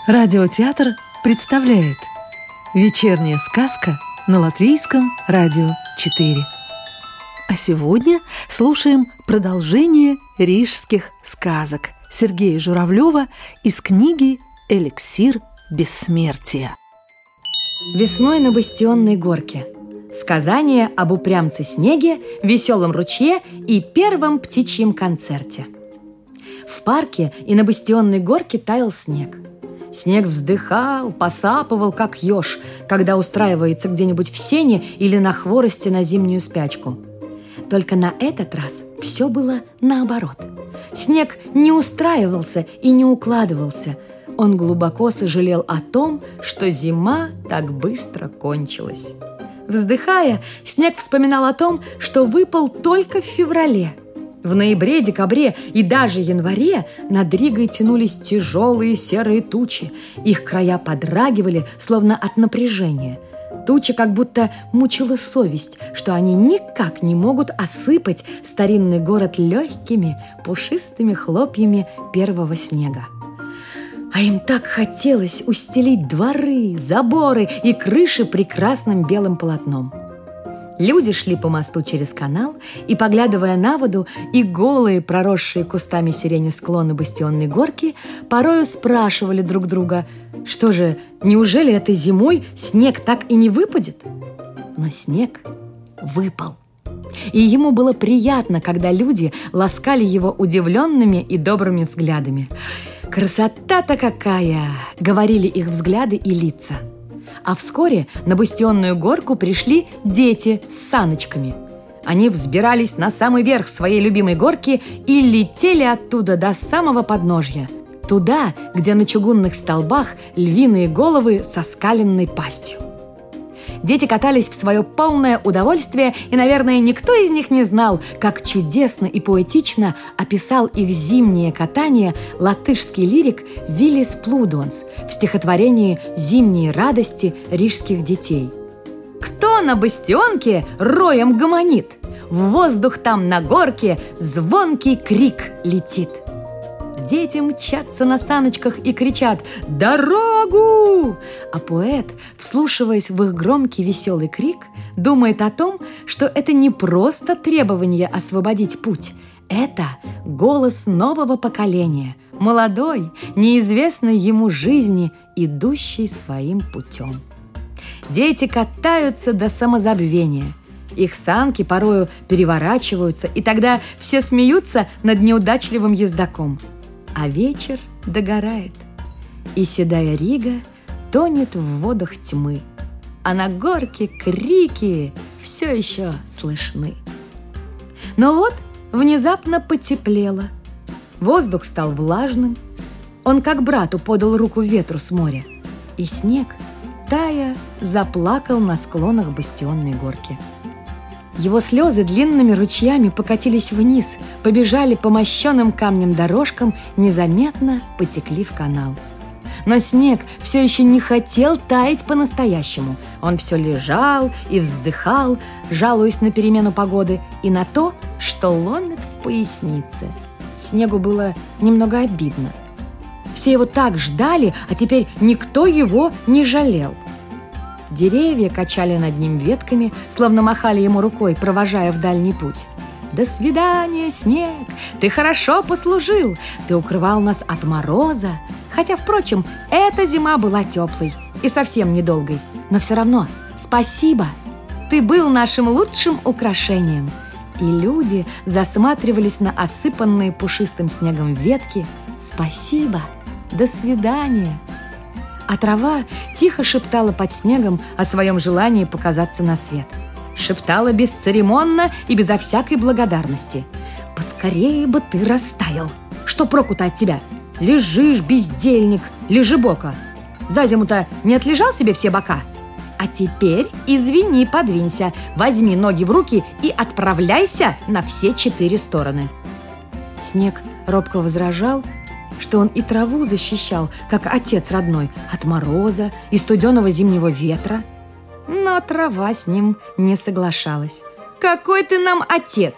Радиотеатр представляет «Вечерняя сказка» на Латвийском радио 4. А сегодня слушаем продолжение рижских сказок Сергея Журавлева из книги «Эликсир бессмертия». Весной на Бастионной горке. Сказание об упрямце Снеге, веселом ручье и первом птичьем концерте. В парке и на Бастионной горке таял снег. Снег вздыхал, посапывал, как еж, когда устраивается где-нибудь в сене или на хворосте на зимнюю спячку. Только на этот раз все было наоборот. Снег не устраивался и не укладывался. Он глубоко сожалел о том, что зима так быстро кончилась. Вздыхая, снег вспоминал о том, что выпал только в феврале. В ноябре, декабре и даже январе над Ригой тянулись тяжелые серые тучи. Их края подрагивали, словно от напряжения. Туча как будто мучила совесть, что они никак не могут осыпать старинный город легкими, пушистыми хлопьями первого снега. А им так хотелось устелить дворы, заборы и крыши прекрасным белым полотном. Люди шли по мосту через канал и, поглядывая на воду и голые, проросшие кустами сирени склоны Бастионной горки, порою спрашивали друг друга: что же, неужели этой зимой снег так и не выпадет? Но снег выпал. И ему было приятно, когда люди ласкали его удивленными и добрыми взглядами. «Красота-то какая!» — говорили их взгляды и лица. А вскоре на Бастионную горку пришли дети с саночками. Они взбирались на самый верх своей любимой горки и летели оттуда до самого подножья, туда, где на чугунных столбах львиные головы со скаленной пастью. Дети катались в свое полное удовольствие, и, наверное, никто из них не знал, как чудесно и поэтично описал их зимнее катание латышский лирик Вилис Плудонс в стихотворении «Зимние радости рижских детей». «Кто на бастионке роем гомонит? В воздух там на горке звонкий крик летит». Дети мчатся на саночках и кричат «Дорогу!», а поэт, вслушиваясь в их громкий веселый крик, думает о том, что это не просто требование освободить путь, это голос нового поколения, молодой, неизвестной ему жизни, идущей своим путем. Дети катаются до самозабвения. Их санки порою переворачиваются, и тогда все смеются над неудачливым ездоком. А вечер догорает, и седая Рига тонет в водах тьмы, а на горке крики все еще слышны. Но вот внезапно потеплело, воздух стал влажным, он как брату подал руку ветру с моря, и снег, тая, заплакал на склонах Бастионной горки. Его слезы длинными ручьями покатились вниз, побежали по мощеным камням дорожкам, незаметно потекли в канал. Но снег все еще не хотел таять по-настоящему. Он все лежал и вздыхал, жалуясь на перемену погоды и на то, что ломит в пояснице. Снегу было немного обидно. Все его так ждали, а теперь никто его не жалел. Деревья качали над ним ветками, словно махали ему рукой, провожая в дальний путь. «До свидания, снег! Ты хорошо послужил! Ты укрывал нас от мороза!» Хотя, впрочем, эта зима была теплой и совсем недолгой. Но все равно спасибо! Ты был нашим лучшим украшением. И люди засматривались на осыпанные пушистым снегом ветки. «Спасибо! До свидания!» А трава тихо шептала под снегом о своем желании показаться на свет. Шептала бесцеремонно и безо всякой благодарности. «Поскорее бы ты растаял! Что проку-то от тебя? Лежишь, бездельник, лежебока! За зиму-то не отлежал себе все бока? А теперь, извини, подвинься, возьми ноги в руки и отправляйся на все 4 стороны!» Снег робко возражал, что он и траву защищал, как отец родной, от мороза и студеного зимнего ветра. Но трава с ним не соглашалась. «Какой ты нам отец!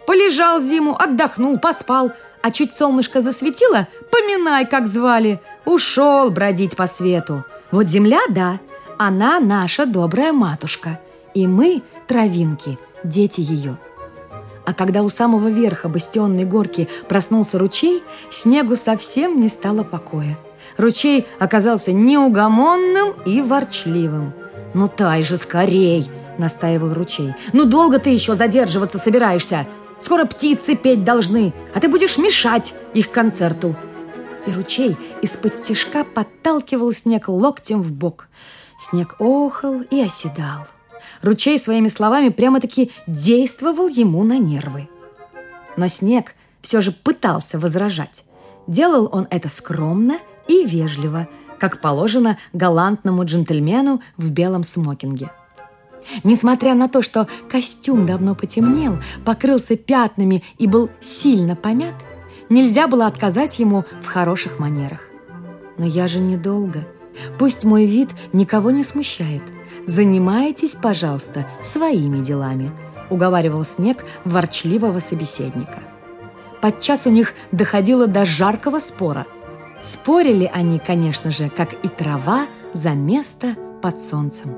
Полежал зиму, отдохнул, поспал, а чуть солнышко засветило, поминай, как звали. Ушел бродить по свету. Вот земля, да, она наша добрая матушка, и мы, травинки, дети ее. А когда у самого верха бастионной горки проснулся ручей, снегу совсем не стало покоя. Ручей оказался неугомонным и ворчливым. «Ну, тай же скорей!» – настаивал ручей. «Ну, долго ты еще задерживаться собираешься? Скоро птицы петь должны, а ты будешь мешать их концерту!» И ручей из-под тишка подталкивал снег локтем в бок. Снег охал и оседал. Ручей своими словами прямо-таки действовал ему на нервы. Но снег все же пытался возражать. Делал он это скромно и вежливо, как положено галантному джентльмену в белом смокинге. Несмотря на то, что костюм давно потемнел, покрылся пятнами и был сильно помят, нельзя было отказать ему в хороших манерах. «Но я же недолго. Пусть мой вид никого не смущает. Занимайтесь, пожалуйста, своими делами», — уговаривал снег ворчливого собеседника. Подчас у них доходило до жаркого спора. Спорили они, конечно же, как и трава за место под солнцем.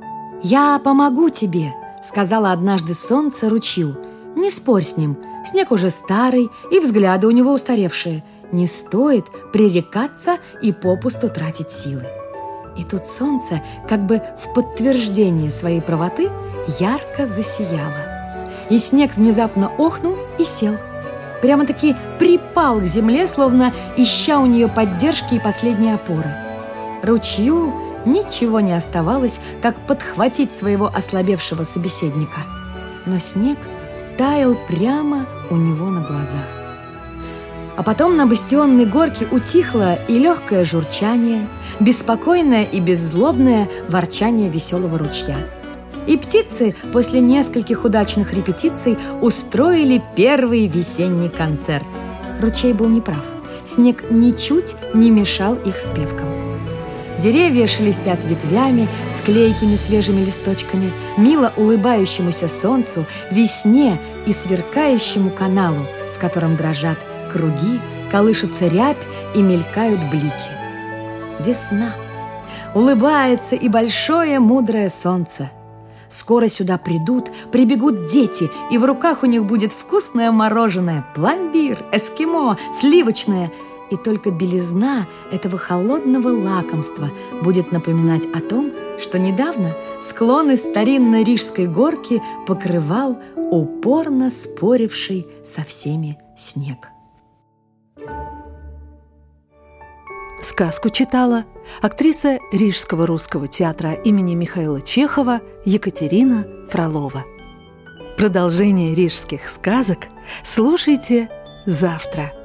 «Я помогу тебе», — сказала однажды солнце ручью. «Не спорь с ним, снег уже старый, и взгляды у него устаревшие. Не стоит пререкаться и попусту тратить силы». И тут солнце, как бы в подтверждение своей правоты, ярко засияло. И снег внезапно охнул и сел. Прямо-таки припал к земле, словно ища у нее поддержки и последней опоры. Ручью ничего не оставалось, как подхватить своего ослабевшего собеседника. Но снег таял прямо у него на глазах. А потом на бастионной горке утихло и легкое журчание, беспокойное и беззлобное ворчание веселого ручья. И птицы после нескольких удачных репетиций устроили первый весенний концерт. Ручей был неправ. Снег ничуть не мешал их спевкам. Деревья шелестят ветвями с клейкими свежими листочками, мило улыбающемуся солнцу, весне и сверкающему каналу, в котором дрожат круги, колышется рябь и мелькают блики. Весна. Улыбается и большое мудрое солнце. Скоро сюда прибегут дети, и в руках у них будет вкусное мороженое, пломбир, эскимо, сливочное. И только белизна этого холодного лакомства будет напоминать о том, что недавно склоны старинной Рижской горки покрывал упорно споривший со всеми снег. Сказку читала актриса Рижского русского театра имени Михаила Чехова Екатерина Фролова. Продолжение рижских сказок слушайте завтра.